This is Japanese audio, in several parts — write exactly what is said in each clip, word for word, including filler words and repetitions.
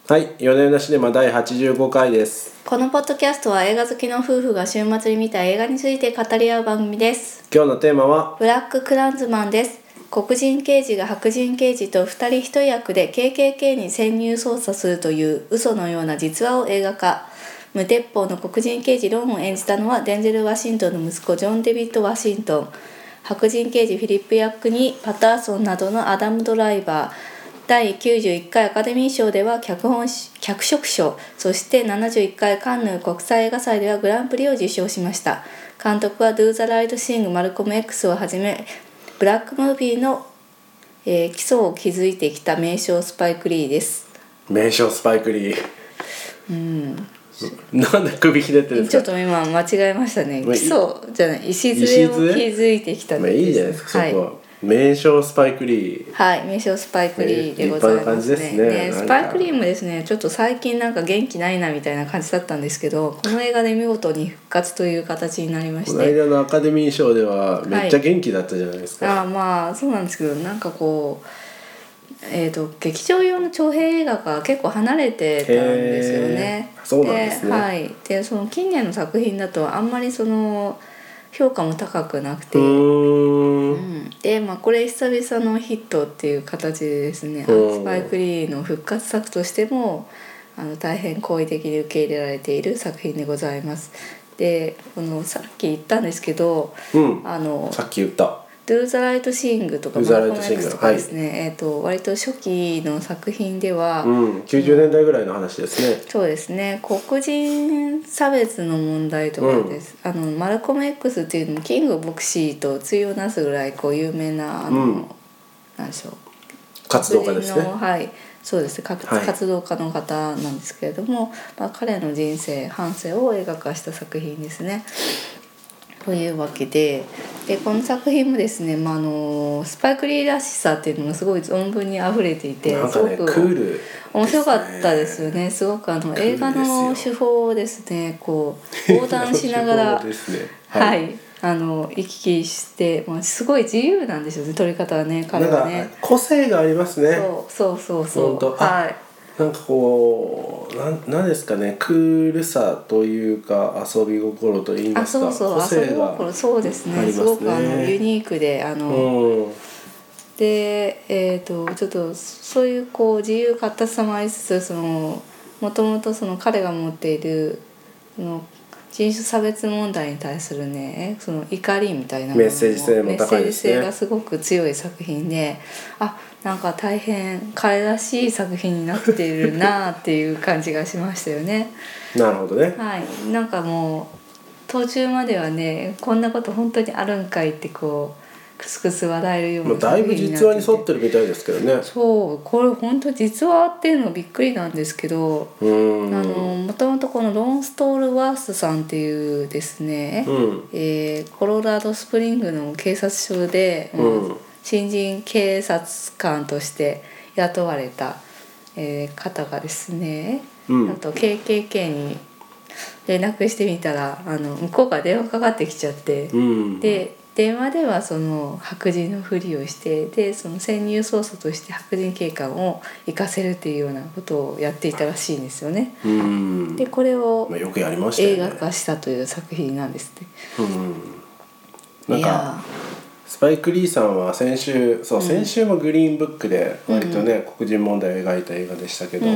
はい、夜な夜なシネマだいはちじゅうごかいです。 このポッドキャストは映画好きの夫婦が週末に見た映画について語り合う番組です。 今日のテーマはブラッククランズマンです。黒人刑事が白人刑事と二人一役で ケーケーケー に潜入捜査するという嘘のような実話を映画化。無鉄砲の黒人刑事ロンを演じたのはデンゼル・ワシントンの息子ジョン・デビッド・ワシントン。白人刑事フィリップ役にパターソンなどのアダム・ドライバー。だいきゅうじゅういっかいアカデミー賞では脚本脚色賞、そしてななじゅういっかいカンヌ国際映画祭ではグランプリを受賞しました。監督は Do the Right Thing、マルコム X をはじめブラックムービーの、えー、基礎を築いてきた名将スパイク・リーです。 名将スパイク・リー、 うん、 なんで首ひねってるんですか。 ちょっと今間違えましたね。基礎じゃない礎を築いてきたんです、 まあ、いいじゃないですか、 はい、 そこは名将スパイク・リー、 はい、名将スパイク・リーでございますね。立派な感じですね。ね、スパイク・リーもですね、ちょっと最近なんか元気ないなみたいな感じだったんですけど、この映画で見事に復活という形になりまして、 この間のアカデミー賞ではめっちゃ元気だったじゃないですか。 はい、あまあそうなんですけど、なんかこうえーと、劇場用の長編映画が結構離れてたんですよね。 そうなんですね。 で、はい、でその近年の作品だとあんまりその評価も高くなくて、うん、で、まあ、これ久々のヒットっていう形でですね、スパイク・リーの復活作としてもあの大変好意的に受け入れられている作品でございます。で、このさっき言ったんですけど、 うん、 あのさっき言った Do the Right Thing とかマルコム X とかですね、はい、えーと割と初期の作品では、 うん、きゅうじゅうねんだいぐらいの話ですね。 そうですね、黒人差別の問題とかです、うん、あのマルコム X っていうのもキング牧師と対をなすぐらいこう有名なあの、うん、なんでしょう、 活動家ですね。 はい、そうです、はい、活動家の方なんですけれども、まあ、彼の人生半生を映画化した作品ですね。というわけで、でこの作品もですね、まあ、あのスパイク・リーらしさっていうのがすごい存分にあふれていて、 なんかね、 すごくクールですね、 面白かったですよね。すごくあの映画の手法をですね、こう横断しながら、ね、はい、はい、あの行き来して、まあ、すごい自由なんですよね、撮り方はね、彼はね。 なんか個性がありますね。 そうそうそうそう。 本当、はい。なんかこうなんなんですかね、クールさというか遊び心といいますか、 あ、そうそう、 個性が遊び心、そうですね、 ありますね。 すごくあのユニークで、あの、うん、で、えーと、ちょっとそういうこう自由かったさもありつつ、そのもともとその彼が持っているその人種差別問題に対するね、その怒りみたいなものもメッセージ性も高いですね。 メッセージ性がすごく強い作品で、あ、なんか大変彼らしい作品になっているなっていう感じがしましたよね。 なるほどね。 はい、なんかもう途中まではね、こんなこと本当にあるんかいってこうクスクス笑えるような作品になってて、だいぶ実話に沿ってるみたいですけどね。 そう、これ本当実話っていうのびっくりなんですけど、うーん、あのもともとこのロン・ストールワースさんっていうですね、うん、えー、コロラドスプリングの警察署で、うん、新人警察官として雇われた、えー、方がですね、うん、あと ケーケーケー に連絡してみたら、あの向こうから電話かかってきちゃって、うん、で電話ではその白人のふりをして、でその潜入捜査として白人警官を行かせるっていうようなことをやっていたらしいんですよね。うん、でこれを映画化したという作品なんですね。 うん、なんかスパイク・リーさんは先週そう、うん、先週もグリーンブックで割とね、うん、黒人問題を描いた映画でしたけど、うんうん、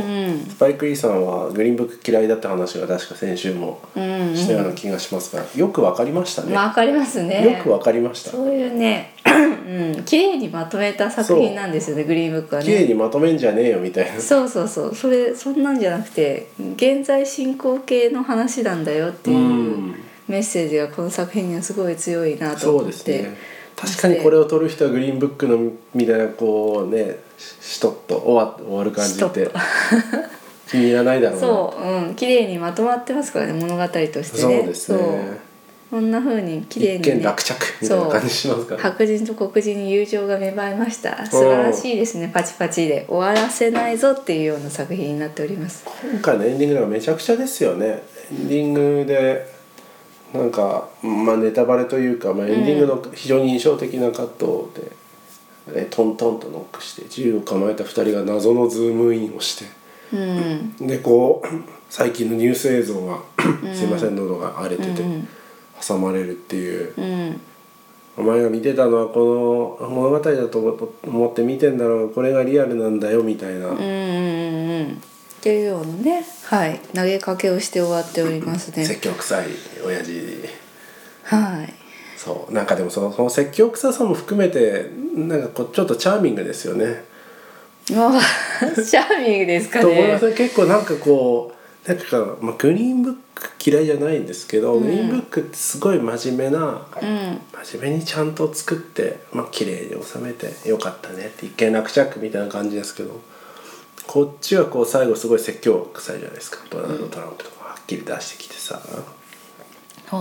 スパイク・リーさんはグリーンブック嫌いだった話が確か先週もしたような気がしますが、よくわかりましたね。 わかりますね。 よくわかりました。 そういうね、うん、綺麗にまとめた作品なんですよね、グリーンブックはね。 綺麗にまとめんじゃねえよみたいな。 そうそうそう、それそんなんじゃなくて現在進行形の話なんだよっていうメッセージがこの作品にはすごい強いなと思って。そうですね。 確かにこれを撮る人はグリーンブックのみたいなこうね、しとっと終わ、終わる感じって気に入らないだろうな。 そう、うん、綺麗にまとまってますからね、物語としてね。 そうですね。 こんな風に綺麗に、ね、 一見落着みたいな感じしますから、ね、 白人と黒人に友情が芽生えました。素晴らしいですね。パチパチで終わらせないぞっていうような作品になっております。 今回のエンディングがめちゃくちゃですよね。エンディングでなんか、まあ、ネタバレというか、まあ、エンディングの非常に印象的なカットで、うん、トントンとノックして銃を構えたふたりが謎のズームインをしてうん、 でこう最近のニュース映像がすいません喉が荒れてて挟まれるっていう、 うん、 お前が見てたのはこの物語だと思って見てんだろう、これがリアルなんだよみたいな、うんうんうんっていうようなね、はい、投げかけをして終わっておりますね。 説教臭い親父。 はい。 そうなんかでもその、その説教臭さも含めてなんかこうちょっとチャーミングですよね。 ああチャーミングですかね。 と思いますね。結構なんかこうなんか、まあ、グリーンブック嫌いじゃないんですけど、うん、グリーンブックってすごい真面目な、うん、真面目にちゃんと作ってまあ綺麗に収めてよかったねって一見落着みたいな感じですけど、こっちはこう最後すごい説教臭いじゃないですか。ドナルド・トランプとかはっきり出してきてさ、うん、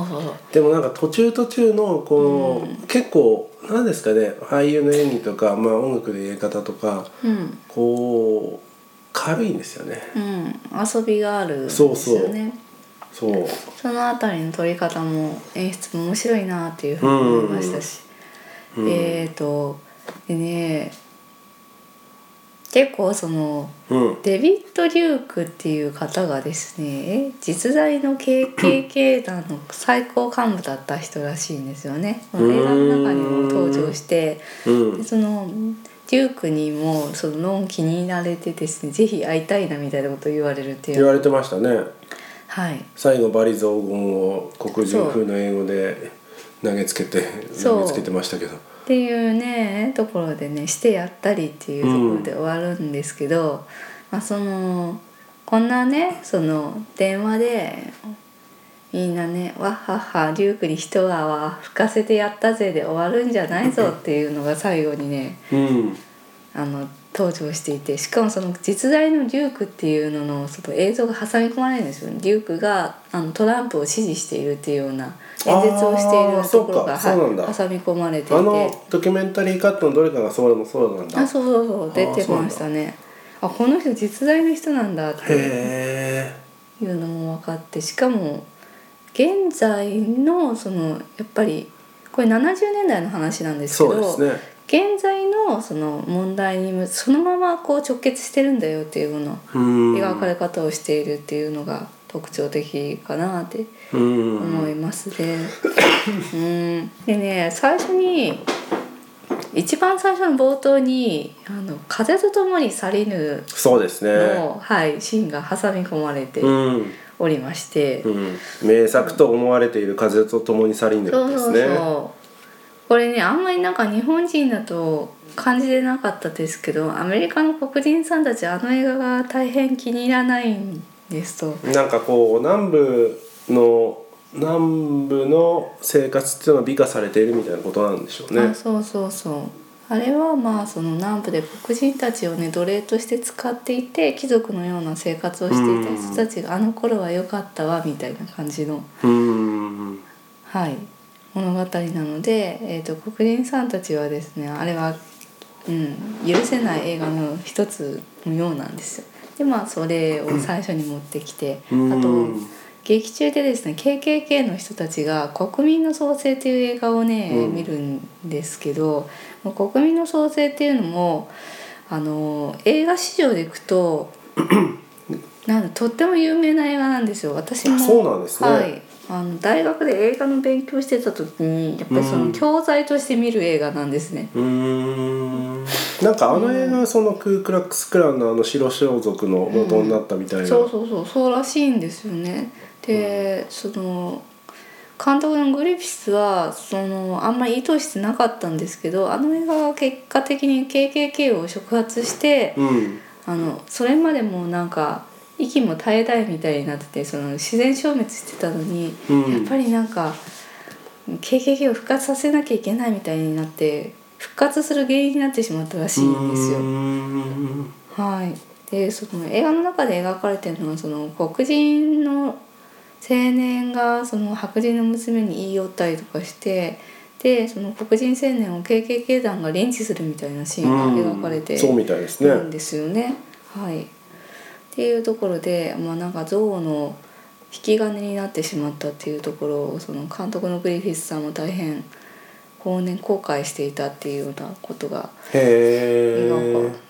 でもなんか途中途中のこの、うん、結構なんですかね、俳優の演技とか、まあ、音楽の入れ方とか、うん、こう軽いんですよね、 うん、遊びがあるんですよね。そうそうそうそのあたりの撮り方も演出も面白いなっていうふうに思いましたし、うんうん、えーとでね結構その、うん、デビッド・デュークっていう方がですね実在の ケーケーケー 団の最高幹部だった人らしいんですよね。映画の中にも登場して、うん、でそのデュークにもそのノン気に入られてですね、ぜひ会いたいなみたいなことを言われるっていう言われてましたね。 はい、 最後バリ雑言を黒人風の英語で投げつけて投げつけてましたけどっていうねところでねしてやったりっていうところで終わるんですけど、うんまあ、そのこんなねその電話でみんなねわっはっはデュークに一泡吹かせてやったぜで終わるんじゃないぞっていうのが最後にね、うん、あの登場していて、しかもその実在のデュークっていうののその映像が挟み込まれるんですよね。デュークがあのトランプを支持しているっていうような演説をしているところが、はい、挟み込まれていて、 あのドキュメンタリーカットのどれかがそうそうなんだ。 あそうそうそう出てましたね。あこの人実在の人なんだっていうのも分かって、しかも現在のそのやっぱりこれななじゅうねんだいの話なんですけど、そうですね、現在のその問題にそのままこう直結してるんだよっていうの描かれ方をしているっていうのが特徴的かなって思いますね。うんでね最初に一番最初の冒頭にあの風と共に去りぬの、 そうですね、 はい、シーンが挟み込まれておりまして、 うんうん、名作と思われている風と共に去りぬですね。そうそうそうこれねあんまりなんか日本人だと感じてなかったですけど、アメリカの黒人さんたちあの映画が大変気に入らないんですと。 なんかこう南部の南部の生活っていうのが美化されているみたいなことなんでしょうね。 あそうそうそう。あれはまあその南部で黒人たちをね奴隷として使っていて貴族のような生活をしていた人たちがあの頃は良かったわみたいな感じの、うんはい物語なので、えーと、黒人さんたちはですねあれは、うん、許せない映画の一つのようなんですよ。でまあそれを最初に持ってきて、うん、あと劇中でですね ケーケーケー の人たちが国民の創生という映画をね、うん、見るんですけど、国民の創生っていうのもあの映画史上でいくとなんとっても有名な映画なんですよ。私もそうなんですね、 はい、あの大学で映画の勉強してた時にやっぱりその教材として見る映画なんですね。 うーんなんかあの映画はそのクークラックスクランのあの白装束の元になったみたいな、うん、 そうそうそうそうらしいんですよね。で、うん、その監督のグリフィスはそのあんまり意図してなかったんですけど、あの映画は結果的に ケーケーケー を触発して、うん、あのそれまでもなんか息も絶え絶えみたいになってて、その自然消滅してたのに、うん、やっぱりなんか ケーケーケー を復活させなきゃいけないみたいになって復活する原因になってしまったらしいんですよ。はい、でその映画の中で描かれてるのはその黒人の青年がその白人の娘に言い寄ったりとかして、でその黒人青年を ケーケーケー 団がリンチするみたいなシーンが描かれてるんですよね。はい、っていうところで、まあ、なんか憎悪の引き金になってしまったっていうところをその監督のグリフィスさんも大変後年後悔していたっていうようなことが描か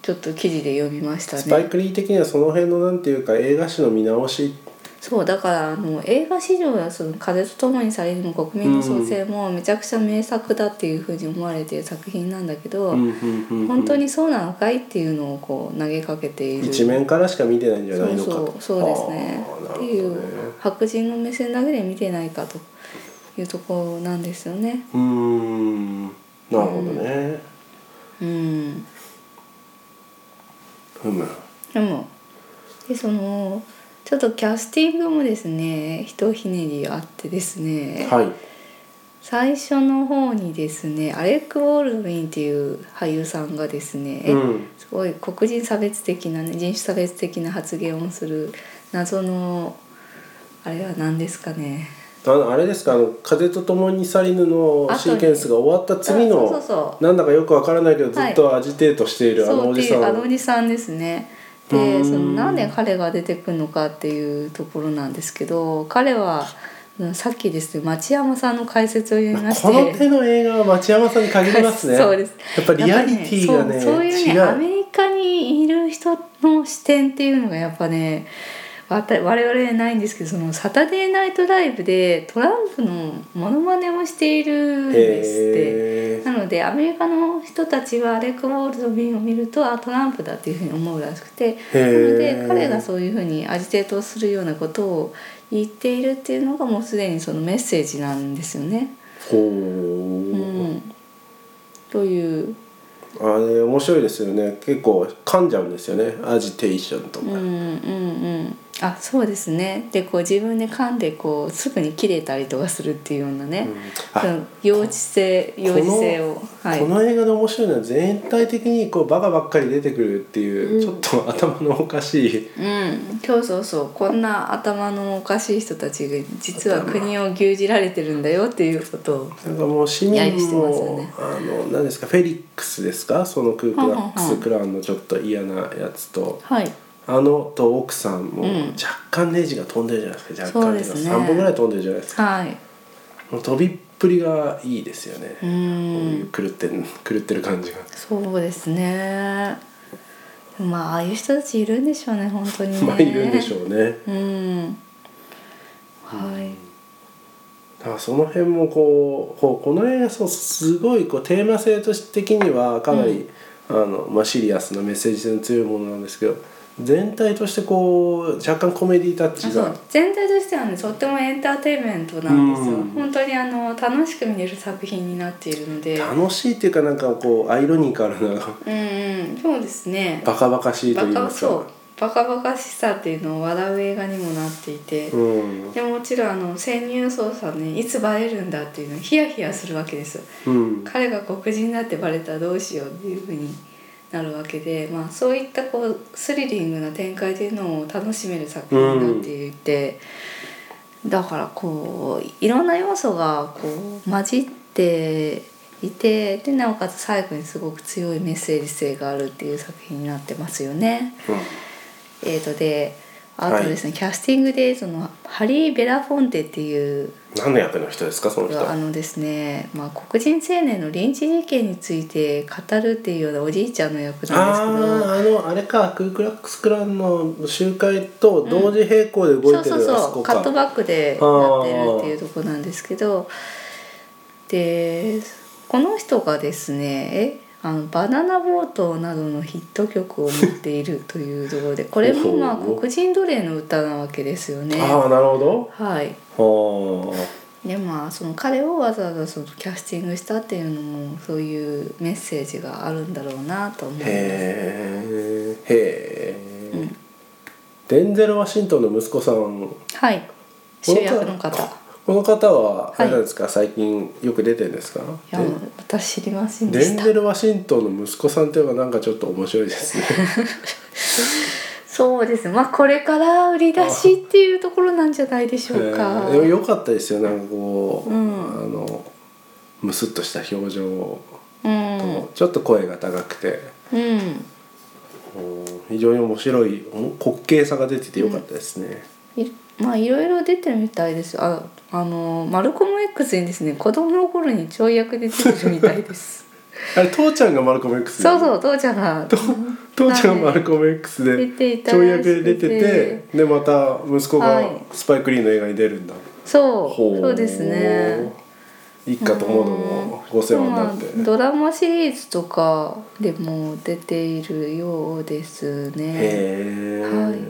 ちょっと記事で読みましたね。 スパイクリー的にはその辺のなんていうか映画史の見直し。 そうだからあの映画史上はその風と共にされるも国民の創生もめちゃくちゃ名作だっていうふうに思われている作品なんだけど、 うんうんうんうん、 本当にそうなのかいっていうのをこう投げかけている。 一面からしか見てないんじゃないのかと。 そうそうそうですね。っていう白人の目線だけで見てないかというところなんですよね。 うーん、なるほどね。 うん。うんふむ。 でもでそのちょっとキャスティングもですねひとひねりあってですね、 はい、 最初の方にですねアレック・ボールドウィンっていう俳優さんがですね、うん、すごい黒人差別的な、ね、人種差別的な発言をする謎のあれは何ですかね、 あのあれですか、あの風と共に去りぬのシーケンスが終わった次の、そうそうそう、なんだかよくわからないけどずっとアジテートしているあのおじさん、 そうっていうあのおじさんですね。でそのなんで彼が出てくるのかっていうところなんですけど、彼はさっきですね町山さんの解説を読みまして、 この手の映画は町山さんに限りますね。 そうです。 やっぱりリアリティがね、 そう、そういうね違う。 アメリカにいる人の視点っていうのがやっぱね我々ないんですけど、そのサタデーナイトライブでトランプのモノマネをしているんですって。なのでアメリカの人たちはアレック・ボールドウィンを見るとあトランプだっていうふうに思うらしくて、なので彼がそういうふうにアジテートをするようなことを言っているっていうのがもうすでにそのメッセージなんですよね。 ほう、 うん、というあれ面白いですよね。結構噛んじゃうんですよね、アジテーションとか。 うんうんうん、あそうですね。でこう自分で噛んでこうすぐに切れたりとかするっていうようなね、うん、幼稚性幼稚性をこの、はい、この映画で面白いのは全体的にこうバカばっかり出てくるっていう、うん、ちょっと頭のおかしい、 うん、そうそうそう、こんな頭のおかしい人たちが実は国を牛耳られてるんだよっていうことをなんかもう市民も、ね、あの何ですかフェリックスですか、そのクークラックスクランのちょっと嫌なやつと、 はい、 あのと奥さんも若干ネジが飛んでるじゃないですか、若干っていうかさんぼんぐらい飛んでるじゃないですか、 はい、 もう飛びっぷりがいいですよね。うん、こういう狂ってる狂ってる感じが。 そうですね。まあああいう人たちいるんでしょうね本当にね。 まあいるんでしょうね。 うん、はい。 だからその辺もこうこの映画そうすごいこうテーマ性として的にはかなり、うん、あのまあ、シリアスなメッセージ性の強いものなんですけど、全体としてこう若干コメディタッチが、 そう全体としてはねとってもエンターテインメントなんですよ、うん、本当にあの楽しく見れる作品になっているので、 楽しいっていうかなんかこうアイロニカルなうん、うん、 そうですね、 バカバカしいと言いますか、 そうバカバカしさっていうのを笑う映画にもなっていて、うん、でもちろんあの潜入捜査ねいつバレるんだっていうのヒヤヒヤするわけです、うん、彼が黒人だってバレたらどうしようっていうふうになるわけで、まあ、そういったこうスリリングな展開というのを楽しめる作品になっていて、うん、だからこういろんな要素がこう混じっていて、でなおかつ最後にすごく強いメッセージ性があるっていう作品になってますよね。うん、えーとであとですね、はい、キャスティングでそのハリー・ベラフォンテっていう何の役の人ですかその人。 あのですね、まあ、黒人青年のリンチ事件について語るっていうようなおじいちゃんの役なんですけど、 ああのあれかクークラックスクランの集会と同時並行で動いてる、うん、 そうそうそうカットバックでやってるっていうところなんですけど、でこの人がですねえあのバナナボートなどのヒット曲を持っているというところでこれもまあ黒人奴隷の歌なわけですよね。 ああなるほど。 はい。はあ。でまあその彼をわざわざそのキャスティングしたっていうのもそういうメッセージがあるんだろうなと思います。へえへえ、うん、デンゼル・ワシントンの息子さん、 はい主役の方。 この方はあれなんですか、はい、最近よく出てるんですか。いや私知りませんでした。 デンゼル・ワシントンの息子さんっていうのがなんかちょっと面白いですね。 そうですね、まあこれから売り出しっていうところなんじゃないでしょうか。 でも良かったですよ、なんかこう、うん、あのムスッとした表情と、うん、ちょっと声が高くて、うん、非常に面白い滑稽さが出てて良かったですね。 うん、まあいろいろ出てるみたいです。ああのマルコム X にですね子供の頃にちょい役で出てるみたいです。 あれ父ちゃんがマルコム X、 ね、そうそう父ちゃんが父ちゃんマルコム X でちょい役で出てて、でまた息子がスパイク・リーの映画に出るんだ、はい、 そうそうですね。 一家ともどもご世話になって、 まあ、ドラマシリーズとかでも出ているようですね。 へー、はい、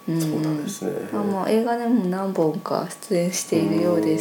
うん、そうなんですね。 あ、まあ、映画でも何本か出演しているようです。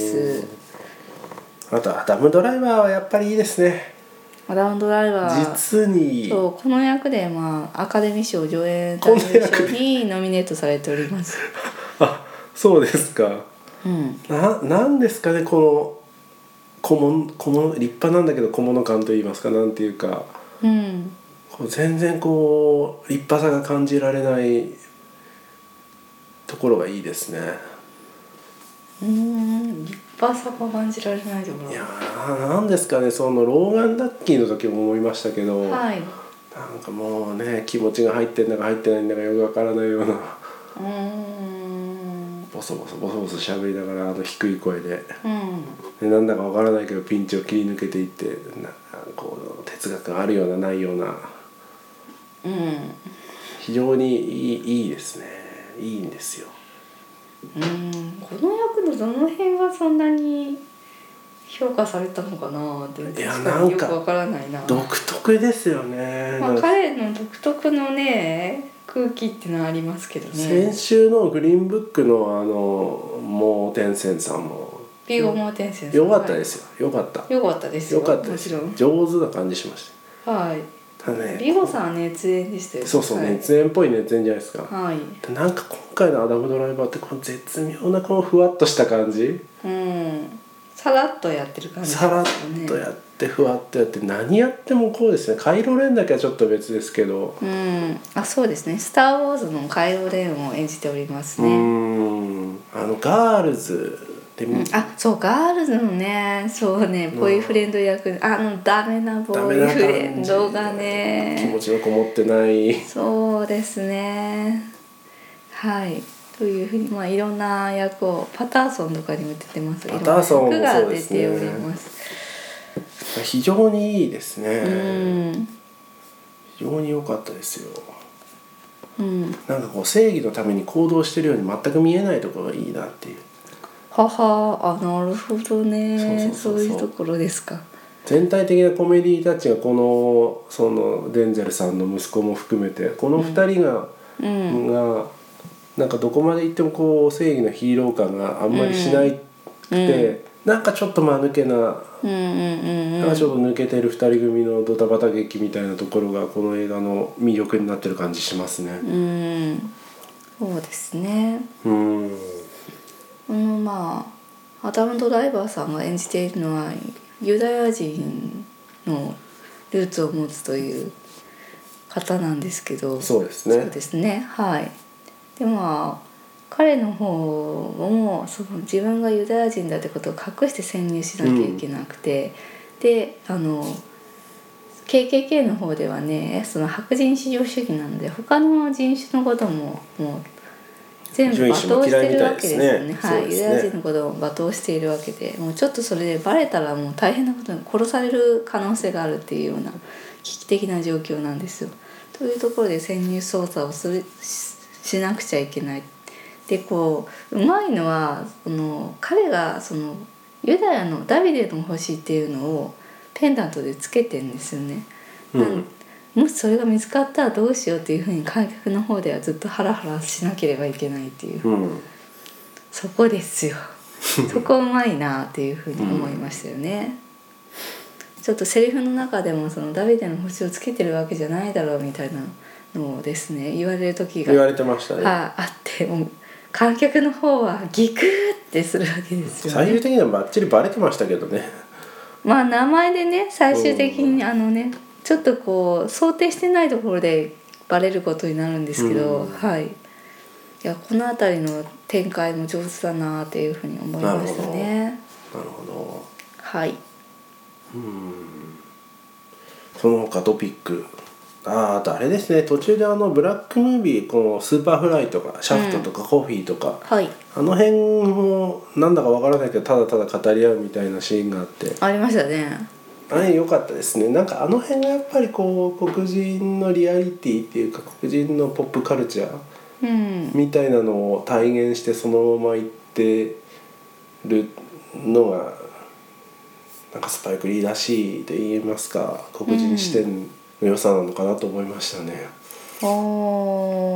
あとアダム・ドライバーはやっぱりいいですね。 アダム・ドライバー実にそうこの役で、まあ、アカデミー賞助演男優賞にノミネートされております。 あ、そうですか、 うん、 な, なんですかね、この小物小物立派なんだけど小物感といいますか、なんていうか、 うん、 こう全然こう立派さが感じられないところがいいですね。 うーん、立派さが感じられないところ。 いやー、なんですかね、そのローガン・ダッキーの時も思いましたけど、 はい、 なんかもうね、気持ちが入ってんだか入ってないんだかよくわからないような、うーん、 ボソボソボソボソ喋りながらあの低い声で、 うん、 でなんだかわからないけどピンチを切り抜けていってなこう哲学があるようなないような、 うん、 非常にいい、いいですね。いいんですよ。 うん、この役のどの辺がそんなに評価されたのかなって確かによくわからないな。 独特ですよね。 まあ、彼の独特のね空気っていうのはありますけどね。 先週のグリーンブックのあのモーテンセンさんもビーゴモーテンセンさんよかったですよ。よかった。 よかったですよ。 よかったです。上手な感じしました。 はい。 ただね、 ビゴさんは熱演でしたよ。 そうそう、熱演っぽい熱演じゃないですか。 はい。 なんか今回のアダムドライバーってこの絶妙なこのふわっとした感じ。 うん。さらっとやってる感じ、 ね。さらっとやってふわっとやって何やってもこうですね。カイロレンだけはちょっと別ですけど。 うん。あ、そうですね。スター・ウォーズのカイロレンを演じておりますね。 うん。あのガールズ。 うん、あ、そうガールズのね、そうね、ボーイフレンド役、あのダメなボーイフレンドがね、 気持ちのこもってない。 そうですね。はい。というふうに、まあいろんな役をパターソンとかにも出てます。 パターソンもそうですね。役が出ております。 非常にいいですね。 うん。 非常に良かったですよ。 うん。 なんかこう正義のために行動してるように全く見えないところがいいなっていう。 はは、あ、なるほどね。そういうところですか。 全体的なコメディタッチがこのそのデンゼルさんの息子も含めてこのふたりが、うん、がなんかどこまでいってもこう正義のヒーロー感があんまりしないくて、うん、なんかちょっと間抜けな、うんうんうんうん、なんかちょっと抜けてるふたり組のドタバタ劇みたいなところがこの映画の魅力になってる感じしますね。 うん、そうですね。 うんこのまあアダム・ドライバーさんが演じているのはユダヤ人のルーツを持つという方なんですけど、 そうですね。 そうですね、はい。でまあ彼の方もその自分がユダヤ人だってことを隠して潜入しなきゃいけなくて、うん、であの ケーケーケー の方ではね、その白人至上主義なので他の人種のことももう全部罵倒してるわけですよね。はい、ユダヤ人のことを罵倒しているわけで、もうちょっとそれでバレたらもう大変なことに殺される可能性があるっていうような危機的な状況なんですよ。というところで潜入捜査をする し, しなくちゃいけない。でこううまいのはその彼がそのユダヤのダビデの星っていうのをペンダントでつけてるんですよね。うん、もしそれが見つかったらどうしようっていうふうに観客の方ではずっとハラハラしなければいけないっていう、うん、そこですよそこうまいなっていうふうに思いましたよね、うん、ちょっとセリフの中でもそのダビデの星をつけてるわけじゃないだろうみたいなのをですね言われる時が言われてましたね、 はあってもう観客の方はギクってするわけですよね。 最終的にはバッチリバレてましたけどね。 まあ名前でね最終的にあのね、うんちょっとこう想定してないところでバレることになるんですけど、うん、はい。いやこの辺りの展開も上手だなっていうふうに思いましたね。 なるほど。 はい。 うん。その他トピック。ああとあれですね。途中であのブラックムービーこのスーパーフライとかシャフトとかコフィーとか、うんはい、あの辺もなんだかわからないけどただただ語り合うみたいなシーンがあって。 ありましたね。 あれ良かったですね。なんかあの辺がやっぱりこう黒人のリアリティっていうか黒人のポップカルチャーみたいなのを体現してそのままいってるのがなんかスパイク・リーらしいと言いますか黒人視点の良さなのかなと思いましたね。うん、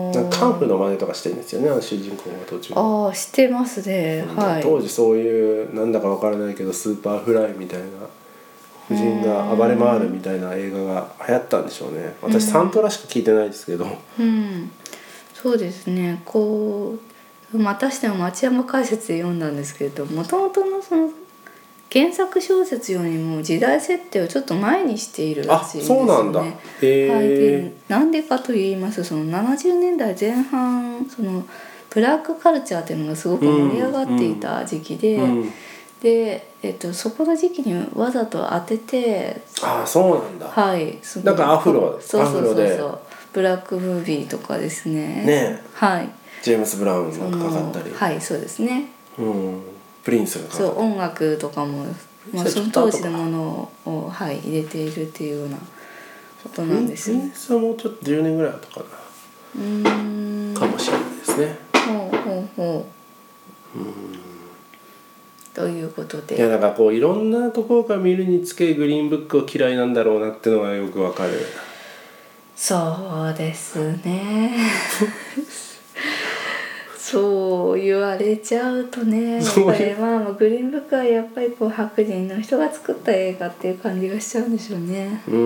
なんかカンフーの真似とかしてるんですよね、あの主人公が途中で。 ああしてますね、うん、はい。 当時そういうなんだかわからないけどスーパーフライみたいな黒人が暴れ回るみたいな映画が流行ったんでしょうね。私サントラしか聞いてないですけど、 うん、うん、そうですね。こうまたしても町山解説で読んだんですけれどもともとのその原作小説よりも時代設定をちょっと前にしているらしいんですよね。 あ、そうなんだ。へえ。 はい、でなんでかと言いますとそのななじゅうねんだいぜん半そのブラックカルチャーっていうのがすごく盛り上がっていた時期で、うんうん、で、えっと、そこの時期にわざと当てて、 ああそうなんだ。 はい、 だからアフロ、 そうそうそうそうブラックムービーとかですね。 ね、 はい、 ジェームス・ブラウンがかかったり、 はいそうですね。 うん、プリンスがかかったり、 そう音楽とかも、まあ、その当時のものを、はい、入れているっていうようなことなんですよね。 プリンスはもうちょっとじゅうねんぐらい後かな。うーんかもしれないですね。 ほうほうほう。うんということで、 いやなんかこういろんなところから見るにつけグリーンブックを嫌いなんだろうなってのがよくわかる。 そうですねそう言われちゃうとね、やっぱりまあグリーンブックはやっぱりこう白人の人が作った映画っていう感じがしちゃうんでしょうね。うん、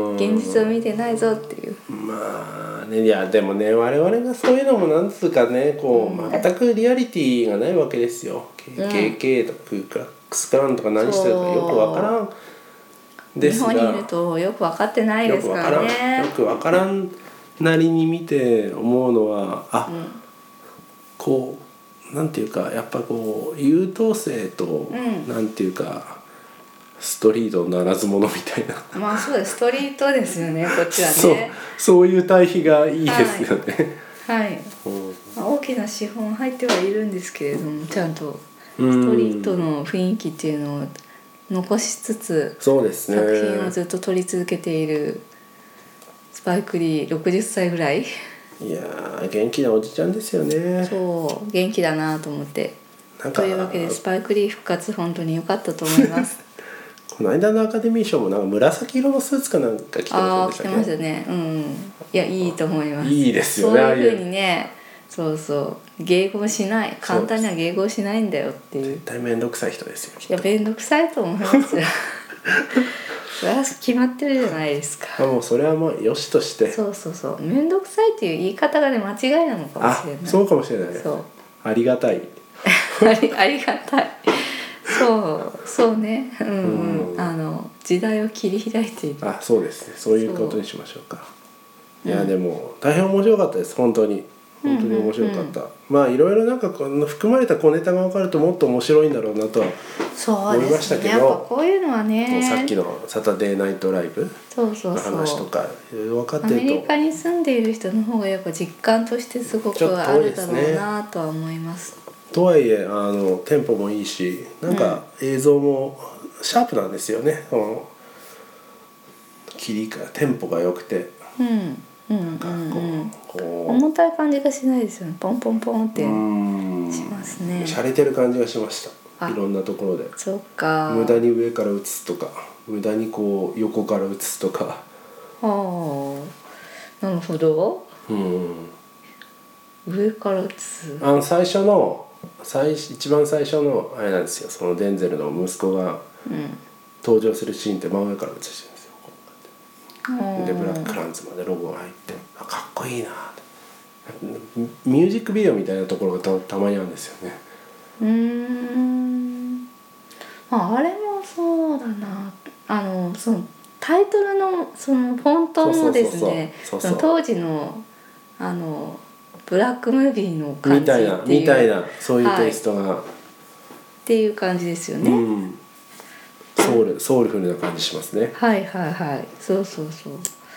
現実を見てないぞっていう。 まあね、いやでもね我々がそういうのもなんつうかねこう、うん、全くリアリティがないわけですよ。うん、ケーケー とかクークラックスクランとか何してるかよくわからんですが、 日本にいるとよく分かってないですからね。 よくわからん、よくわからんなりに見て思うのはあ、うん、こうなんていうかやっぱこう優等生と、うん、なんていうかストリートならず者みたいなまあそうですストリートですよねこっちはね。 そうそういう対比がいいですよね。 はい、はい、うんまあ、大きな資本入ってはいるんですけれどもちゃんとストリートの雰囲気っていうのを残しつつ、 そうですね、 作品をずっと撮り続けているスパイク・リーろくじゅっさいぐらい。 いや元気なおじちゃんですよね。 そう元気だなと思って。というわけでスパイク・リー復活本当に良かったと思いますこの間のアカデミー賞もなんか紫色のスーツかなんか着てましたっけ。 ああ着てましたね。うん、いやいいと思います。 いいですよね。 そういう風にね、そうそう迎合しない簡単には迎合しないんだよっていう。 絶対面倒くさい人ですよ。 いや面倒くさいと思いますよそれは決まってるじゃないですか。 あもうそれはもうよしとして。 そうそうそう面倒くさいっていう言い方がね間違いなのかもしれない。 あそうかもしれない。そうありがたいありありがたいそうそうねうん、うん、あの時代を切り開いている。 あそうですねそういうことにしましょうか。いや、うん、でも大変面白かったです本当に本当に面白かった、うんうんうん、まあいろいろなんかこの含まれた小ネタが分かるともっと面白いんだろうなとは思いましたけど、ね、やっぱこういうのはねさっきのサタデーナイトライブの話とかいろいろ分かってるとアメリカに住んでいる人の方がやっぱ実感としてすごくあるだろうなとは思います。 とはいえあのテンポもいいしなんか映像もシャープなんですよね、うん、この切り替えテンポが良くて、 うんうんうんうんこう重たい感じがしないですよね。ポンポンポンってしますね。 洒落てる感じがしましたいろんなところで。 そうか無駄に上から映すとか無駄にこう横から映すとか。 はあなるほど、うん、上から映すあの最初の最一番最初のあれなんですよそのデンゼルの息子が登場するシーンって真上から映してるんですよ、うん、でブラック・クランズまでロゴが入ってあかっこいいなミュージックビデオみたいなところが た, たまにあるんですよね。 うーんまああれもそうだなあのそのタイトルのそのフォントもですね当時のあのブラックムービーの感じっていうみたいなみたいなそういうテイストが、はい、っていう感じですよね、うん、 ソウルソウルフルな感じしますね。 はいはいはいそうそうそう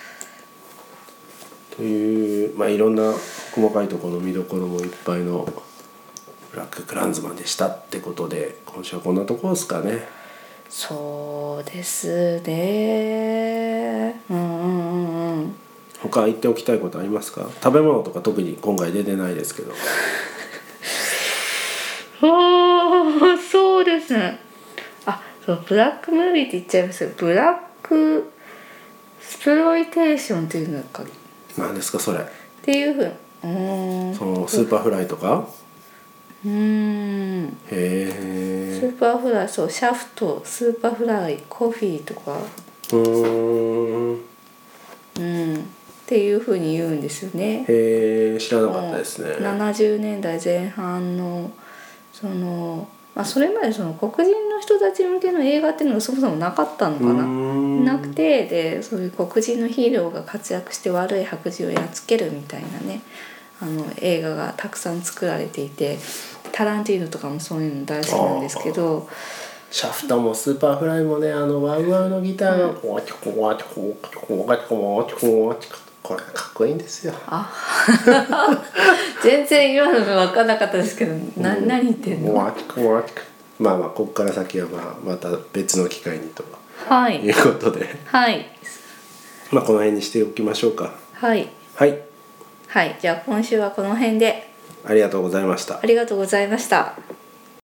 というまあいろんな細かいところの見どころもいっぱいのブラック・クランズマンでしたってことで今週はこんなところですかね。 そうですね。うんうんうんうん。 他言っておきたいことありますか？食べ物とか特に今回出てないですけど。 ああ、そうですね。あ、そうブラックムービーって言っちゃいますよ。ブラックスプロイテーションっていうのか。 何ですかそれ？ っていうふう。うーん。 そのスーパーフライとか？ うーん。 へえ。 スーパーフライ、そうシャフト、スーパーフライ、コフィーとか。 うーん。 うん。っていうふうに言うんですよね。 へえ、知らなかったですね。 ななじゅうねんだいぜん半のその、まあ、それまでその黒人の人たち向けの映画っていうのがそもそもなかったのかな。なくて、でそういう黒人のヒーローが活躍して悪い白人をやっつけるみたいなね、あの映画がたくさん作られていて、タランティーノとかもそういうの大好きなんですけど、 シャフトもスーパーフライもね、あのワウワウのギターがこうチョコワチョコチョコワチョコチョコワチョコ、これかっこいいんですよ。 あ全然今の分かんなかったですけど、な、うん、何言ってんの？ ワチコワチコ、まあまあここから先はまあまた別の機会にと、 はい、 いうことで、 はい、 まあこの辺にしておきましょうか。 はいはいはい、じゃあ今週はこの辺で。 ありがとうございました。 ありがとうございました。